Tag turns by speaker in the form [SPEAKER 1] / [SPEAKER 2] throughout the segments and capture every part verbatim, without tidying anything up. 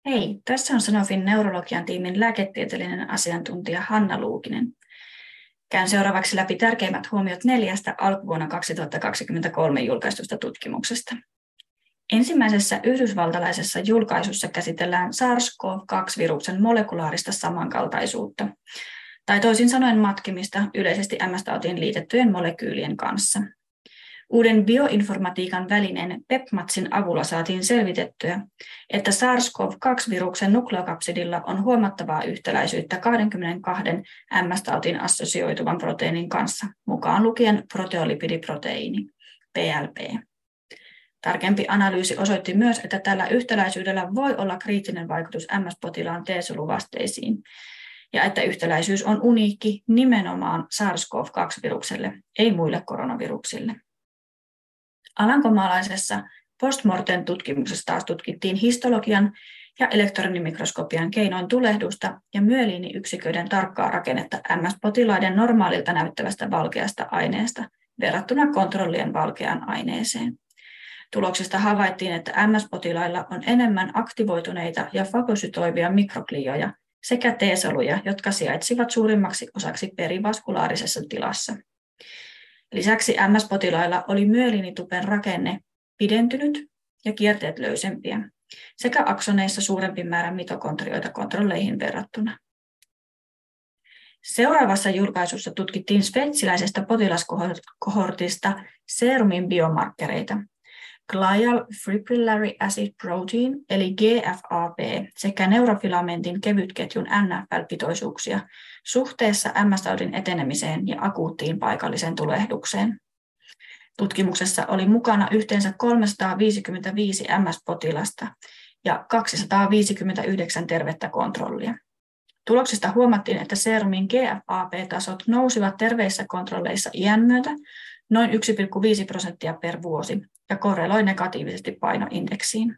[SPEAKER 1] Hei, tässä on Sanofin neurologian tiimin lääketieteellinen asiantuntija Hanna Luukinen. Käyn seuraavaksi läpi tärkeimmät huomiot neljästä alkuvuonna kaksituhattakaksikymmentäkolme julkaistusta tutkimuksesta. Ensimmäisessä yhdysvaltalaisessa julkaisussa käsitellään SARS-CoV kaksi -viruksen molekulaarista samankaltaisuutta, tai toisin sanoen matkimista yleisesti M S-tautiin liitettyjen molekyylien kanssa. Uuden bioinformatiikan välineen PEPMATSin avulla saatiin selvitettyä, että SARS-CoV kaksi -viruksen nukleokapsidilla on huomattavaa yhtäläisyyttä kaksikymmentäkaksi M S-tautiin assosioituvan proteiinin kanssa, mukaan lukien proteolipidiproteiini, P L P. Tarkempi analyysi osoitti myös, että tällä yhtäläisyydellä voi olla kriittinen vaikutus M S-potilaan T-soluvasteisiin, ja että yhtäläisyys on uniikki nimenomaan SARS-CoV kaksi -virukselle, ei muille koronaviruksille. Alankomaalaisessa postmortem-tutkimuksessa taas tutkittiin histologian ja elektronimikroskopian keinoin tulehdusta ja myeliiniyksiköiden tarkkaa rakennetta M S-potilaiden normaalilta näyttävästä valkeasta aineesta verrattuna kontrollien valkeaan aineeseen. Tuloksista havaittiin, että M S-potilailla on enemmän aktivoituneita ja fagosytoivia mikroglioja sekä T-soluja, jotka sijaitsivat suurimmaksi osaksi perivaskulaarisessa tilassa. Lisäksi M S-potilailla oli myeliinitupen rakenne pidentynyt ja kierteet löysempiä, sekä aksoneissa suurempi määrä mitokondrioita kontrolleihin verrattuna. Seuraavassa julkaisussa tutkittiin sveitsiläisestä potilaskohortista serumin biomarkkereita, Glial Fibrillary Acid Protein eli G F A P sekä neurofilamentin kevytketjun N F L-pitoisuuksia suhteessa M S-taudin etenemiseen ja akuuttiin paikalliseen tulehdukseen. Tutkimuksessa oli mukana yhteensä kolmesataaviisikymmentäviisi M S-potilasta ja kaksisataaviisikymmentäyhdeksän tervettä kontrollia. Tuloksista huomattiin, että serumin G F A P-tasot nousivat terveissä kontrolleissa iän myötä noin yksi pilkku viisi prosenttia per vuosi ja korreloi negatiivisesti painoindeksiin.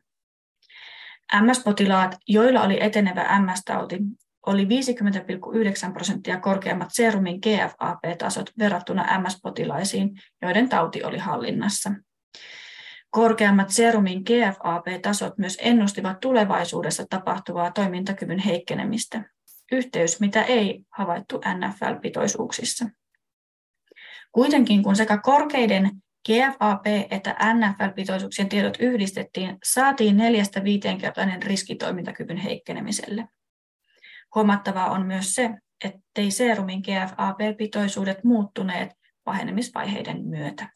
[SPEAKER 1] M S-potilaat, joilla oli etenevä M S-tauti, oli viisikymmentä pilkku yhdeksän prosenttia korkeammat serumin G F A P-tasot verrattuna M S-potilaisiin, joiden tauti oli hallinnassa. Korkeammat serumin G F A P-tasot myös ennustivat tulevaisuudessa tapahtuvaa toimintakyvyn heikkenemistä, yhteys mitä ei havaittu N F L-pitoisuuksissa. Kuitenkin kun sekä korkeiden G F A P että N F L-pitoisuuksien tiedot yhdistettiin, saatiin neljästä viiteenkertainen riski toimintakyvyn heikkenemiselle. Huomattavaa on myös se, ettei serumin G F A P-pitoisuudet muuttuneet pahenemisvaiheiden myötä.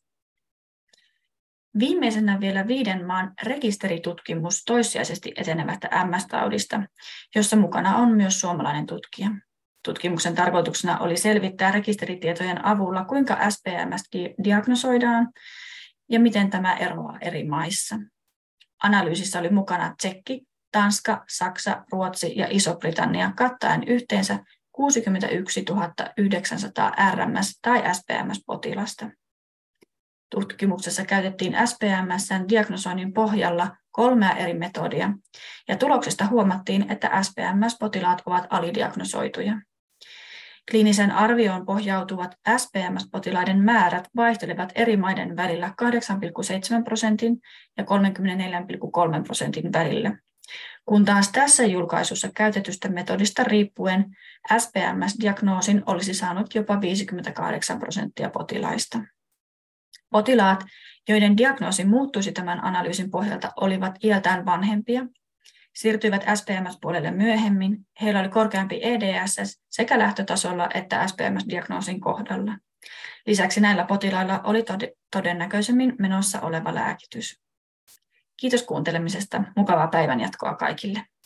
[SPEAKER 1] Viimeisenä vielä viiden maan rekisteritutkimus toissijaisesti etenevästä M S-taudista, jossa mukana on myös suomalainen tutkija. Tutkimuksen tarkoituksena oli selvittää rekisteritietojen avulla, kuinka S P M S diagnosoidaan ja miten tämä eroaa eri maissa. Analyysissä oli mukana Tsekki, Tanska, Saksa, Ruotsi ja Iso-Britannia kattaen yhteensä kuusikymmentäyksituhatta yhdeksänsataa R M S- tai S P M S-potilasta. Tutkimuksessa käytettiin S P M S:n diagnosoinnin pohjalla kolmea eri metodia, ja tuloksesta huomattiin, että S P M S-potilaat ovat alidiagnosoituja. Kliinisen arvioon pohjautuvat S P M S-potilaiden määrät vaihtelevat eri maiden välillä kahdeksan pilkku seitsemän prosentin ja kolmekymmentäneljä pilkku kolme prosentin välillä, kun taas tässä julkaisussa käytetystä metodista riippuen S P M S-diagnoosin olisi saanut jopa viisikymmentäkahdeksan prosenttia potilaista. Potilaat, joiden diagnoosi muuttuisi tämän analyysin pohjalta, olivat iältään vanhempia, siirtyivät S P M S-puolelle myöhemmin, heillä oli korkeampi E D S S sekä lähtötasolla että S P M S-diagnoosin kohdalla. Lisäksi näillä potilailla oli todennäköisemmin menossa oleva lääkitys. Kiitos kuuntelemisesta. Mukavaa päivänjatkoa kaikille.